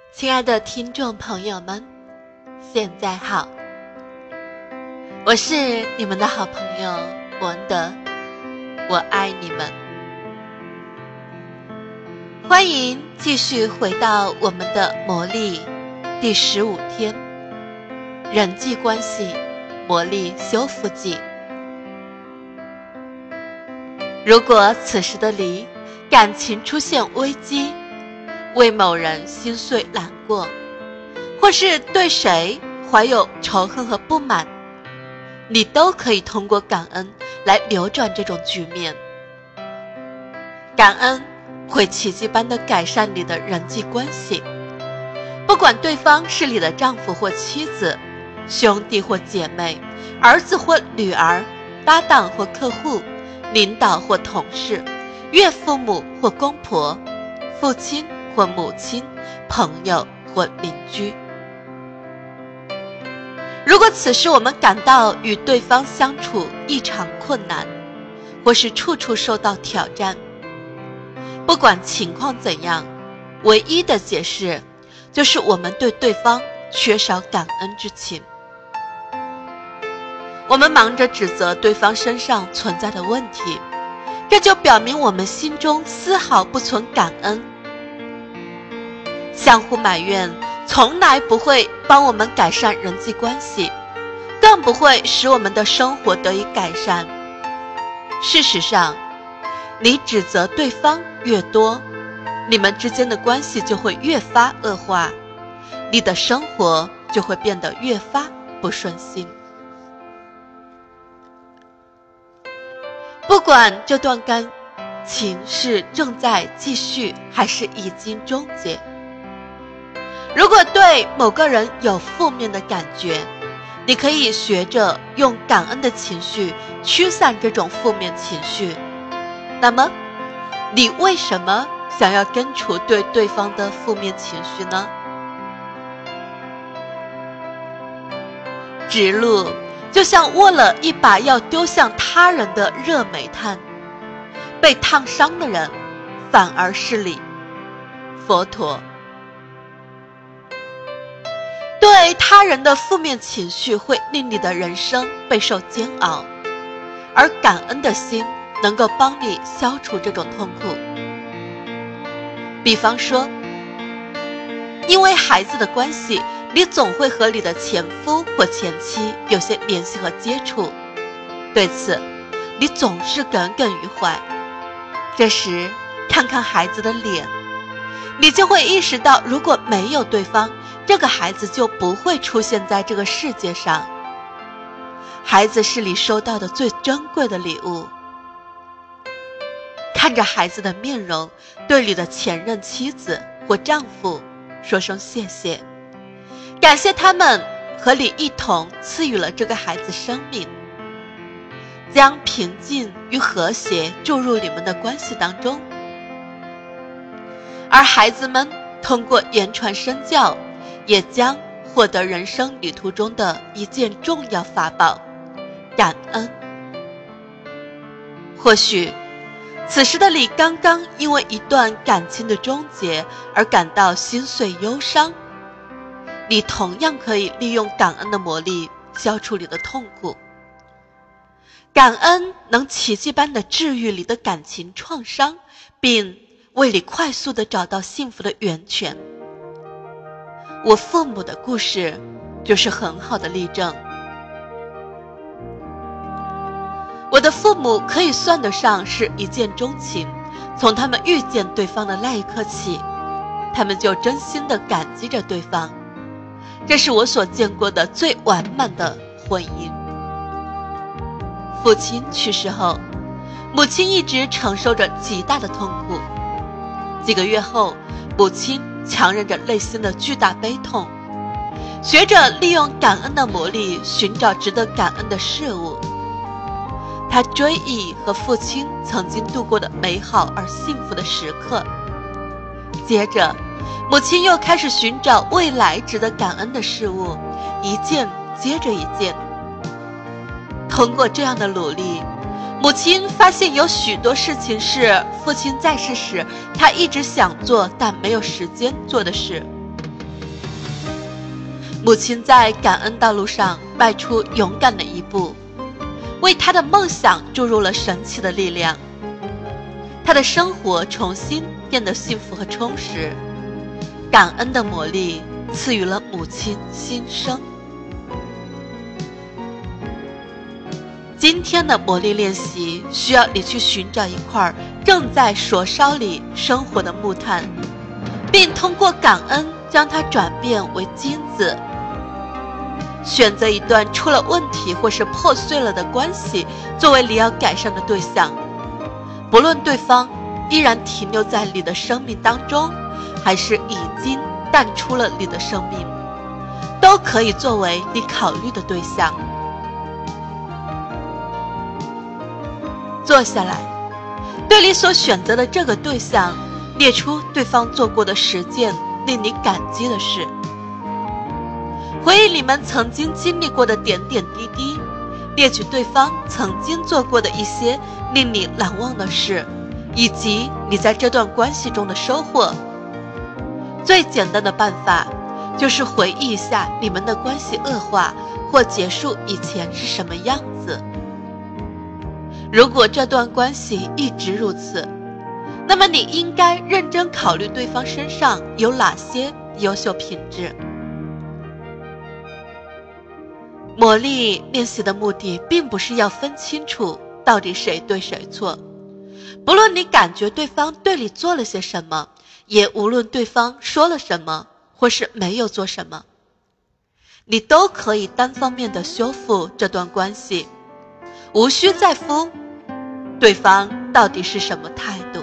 亲爱的听众朋友们，现在好，我是你们的好朋友文德，我爱你们。欢迎继续回到我们的魔力第15天，人际关系魔力修复记。如果此时的你感情出现危机，为某人心碎难过，或是对谁怀有仇恨和不满，你都可以通过感恩来扭转这种局面。感恩会奇迹般地改善你的人际关系，不管对方是你的丈夫或妻子，兄弟或姐妹，儿子或女儿，搭档或客户，领导或同事，岳父母或公婆，父亲或母亲，朋友或邻居。如果此时我们感到与对方相处异常困难，或是处处受到挑战，不管情况怎样，唯一的解释就是我们对对方缺少感恩之情。我们忙着指责对方身上存在的问题，这就表明我们心中丝毫不存感恩。相互埋怨从来不会帮我们改善人际关系，更不会使我们的生活得以改善。事实上，你指责对方越多，你们之间的关系就会越发恶化，你的生活就会变得越发不顺心。不管这段感情是正在继续还是已经终结，如果对某个人有负面的感觉，你可以学着用感恩的情绪驱散这种负面情绪。那么，你为什么想要根除对对方的负面情绪呢？指路就像握了一把要丢向他人的热煤炭，被烫伤的人反而是你。佛陀。对他人的负面情绪会令你的人生备受煎熬，而感恩的心能够帮你消除这种痛苦。比方说，因为孩子的关系，你总会和你的前夫或前妻有些联系和接触，对此你总是耿耿于怀。这时看看孩子的脸，你就会意识到，如果没有对方，这个孩子就不会出现在这个世界上。孩子是你收到的最珍贵的礼物。看着孩子的面容，对你的前任妻子或丈夫说声谢谢，感谢他们和你一同赐予了这个孩子生命，将平静与和谐注入你们的关系当中。而孩子们通过言传身教，也将获得人生旅途中的一件重要法宝——感恩。或许此时的你刚刚因为一段感情的终结而感到心碎忧伤，你同样可以利用感恩的魔力消除你的痛苦。感恩能奇迹般地治愈你的感情创伤，并为你快速地找到幸福的源泉。我父母的故事就是很好的例证。我的父母可以算得上是一见钟情，从他们遇见对方的那一刻起，他们就真心地感激着对方。这是我所见过的最完满的婚姻。父亲去世后，母亲一直承受着极大的痛苦。几个月后，母亲强忍着内心的巨大悲痛，学着利用感恩的魔力寻找值得感恩的事物。她追忆和父亲曾经度过的美好而幸福的时刻。接着，母亲又开始寻找未来值得感恩的事物，一件接着一件。通过这样的努力，母亲发现有许多事情是父亲在世时他一直想做但没有时间做的事。 母亲在感恩道路上迈出勇敢的一步，为她的梦想注入了神奇的力量。她的生活重新变得幸福和充实，感恩的魔力赐予了母亲新生。今天的魔力练习需要你去寻找一块正在火烧里生活的木炭，并通过感恩将它转变为金子。选择一段出了问题或是破碎了的关系作为你要改善的对象，不论对方依然停留在你的生命当中，还是已经淡出了你的生命，都可以作为你考虑的对象。坐下来，对你所选择的这个对象列出对方做过的10件令你感激的事，回忆你们曾经经历过的点点滴滴，列举对方曾经做过的一些令你难忘的事，以及你在这段关系中的收获。最简单的办法就是回忆一下你们的关系恶化或结束以前是什么样子。如果这段关系一直如此，那么你应该认真考虑对方身上有哪些优秀品质。魔力练习的目的并不是要分清楚到底谁对谁错，不论你感觉对方对你做了些什么，也无论对方说了什么或是没有做什么，你都可以单方面的修复这段关系，无需在乎对方到底是什么态度。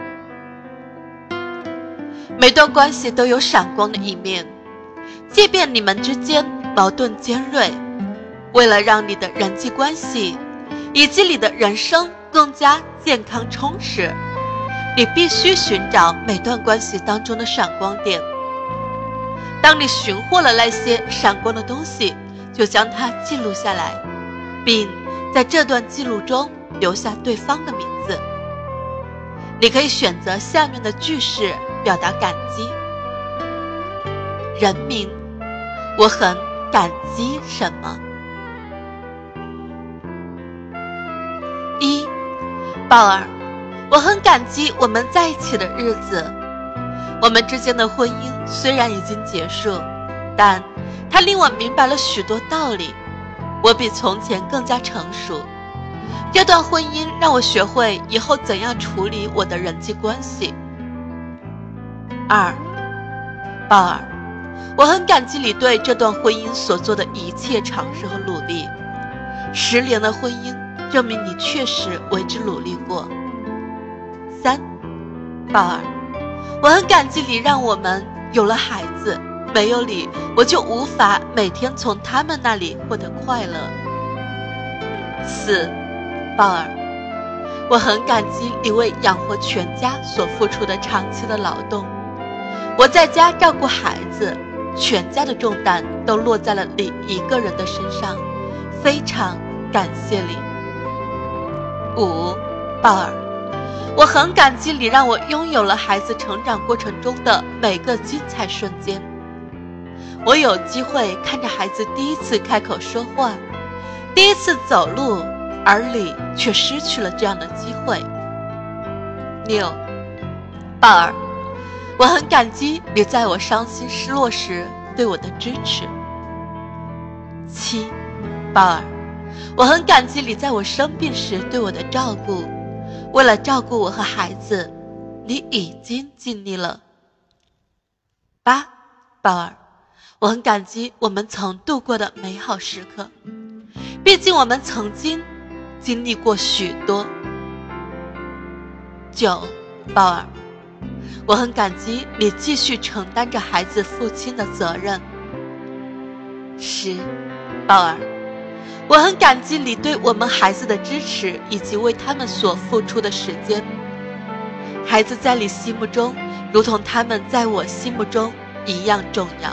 每段关系都有闪光的一面，即便你们之间矛盾尖锐，为了让你的人际关系以及你的人生更加健康充实，你必须寻找每段关系当中的闪光点。当你寻获了那些闪光的东西，就将它记录下来，并在这段记录中留下对方的名字。你可以选择下面的句式表达感激。人名：我很感激什么。1. 鲍尔，我很感激我们在一起的日子。我们之间的婚姻虽然已经结束，但它令我明白了许多道理，我比从前更加成熟。这段婚姻让我学会以后怎样处理我的人际关系。2. 鲍尔，我很感激你对这段婚姻所做的一切尝试和努力。10年的婚姻证明你确实为之努力过。3. 鲍尔，我很感激你让我们有了孩子，没有你，我就无法每天从他们那里获得快乐。4. 鲍尔，我很感激你为养活全家所付出的长期的劳动。我在家照顾孩子，全家的重担都落在了你一个人的身上，非常感谢你。5. 鲍尔，我很感激你让我拥有了孩子成长过程中的每个精彩瞬间。我有机会看着孩子第一次开口说话，第一次走路，而你却失去了这样的机会。6. 鲍尔，我很感激你在我伤心失落时对我的支持。7. 鲍尔，我很感激你在我生病时对我的照顾，为了照顾我和孩子，你已经尽力了。8. 鲍尔，我很感激我们曾度过的美好时刻，毕竟我们曾经经历过许多。9. 鲍尔，我很感激你继续承担着孩子父亲的责任。10. 鲍尔，我很感激你对我们孩子的支持以及为他们所付出的时间。孩子在你心目中如同他们在我心目中一样重要。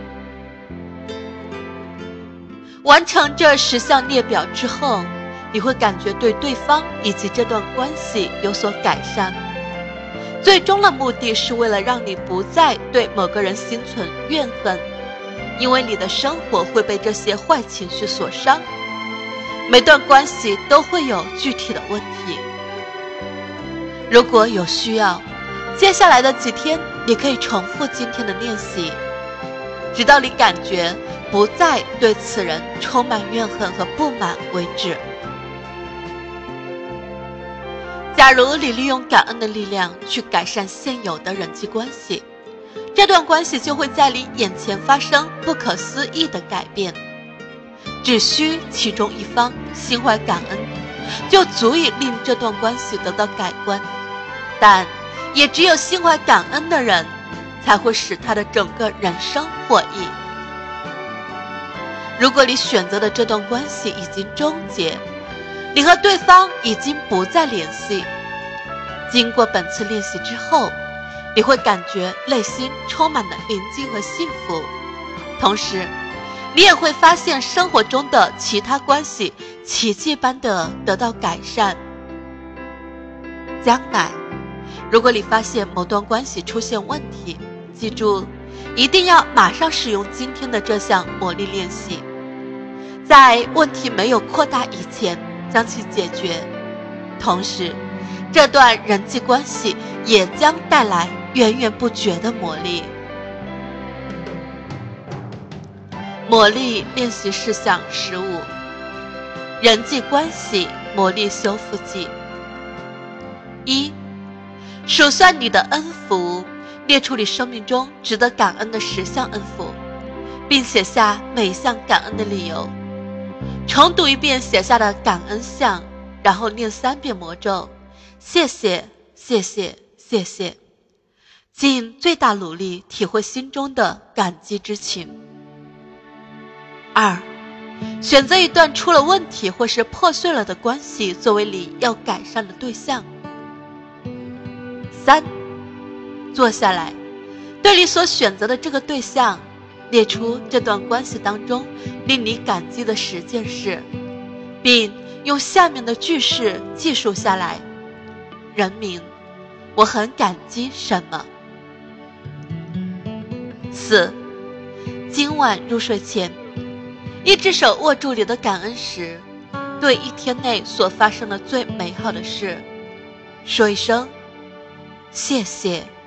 完成这10项列表之后，你会感觉对对方以及这段关系有所改善。最终的目的是为了让你不再对某个人心存怨恨， 因为你的生活会被这些坏情绪所伤。每段关系都会有具体的问题。如果有需要，接下来的几天你可以重复今天的练习，直到你感觉不再对此人充满怨恨和不满为止。假如你利用感恩的力量去改善现有的人际关系，这段关系就会在你眼前发生不可思议的改变。只需其中一方心怀感恩，就足以令这段关系得到改观。但也只有心怀感恩的人，才会使他的整个人生获益。如果你选择的这段关系已经终结，你和对方已经不再联系，经过本次练习之后，你会感觉内心充满了宁静和幸福，同时你也会发现生活中的其他关系奇迹般的得到改善。将来如果你发现某段关系出现问题，记住一定要马上使用今天的这项魔力练习，在问题没有扩大以前将其解决，同时这段人际关系也将带来源源不绝的魔力。魔力练习事项15：人际关系魔力修复记。1. 数算你的恩福，列出你生命中值得感恩的10项恩福，并写下每一项感恩的理由。重读一遍写下的感恩项，然后念3遍魔咒：谢谢，谢谢，谢谢。尽最大努力体会心中的感激之情。2. 选择一段出了问题或是破碎了的关系作为你要改善的对象。3. 坐下来，对你所选择的这个对象，列出这段关系当中令你感激的10件事，并用下面的句式记述下来。人名：我很感激什么。4. 今晚入睡前，一只手握住你的感恩时，对一天内所发生的最美好的事说一声谢谢。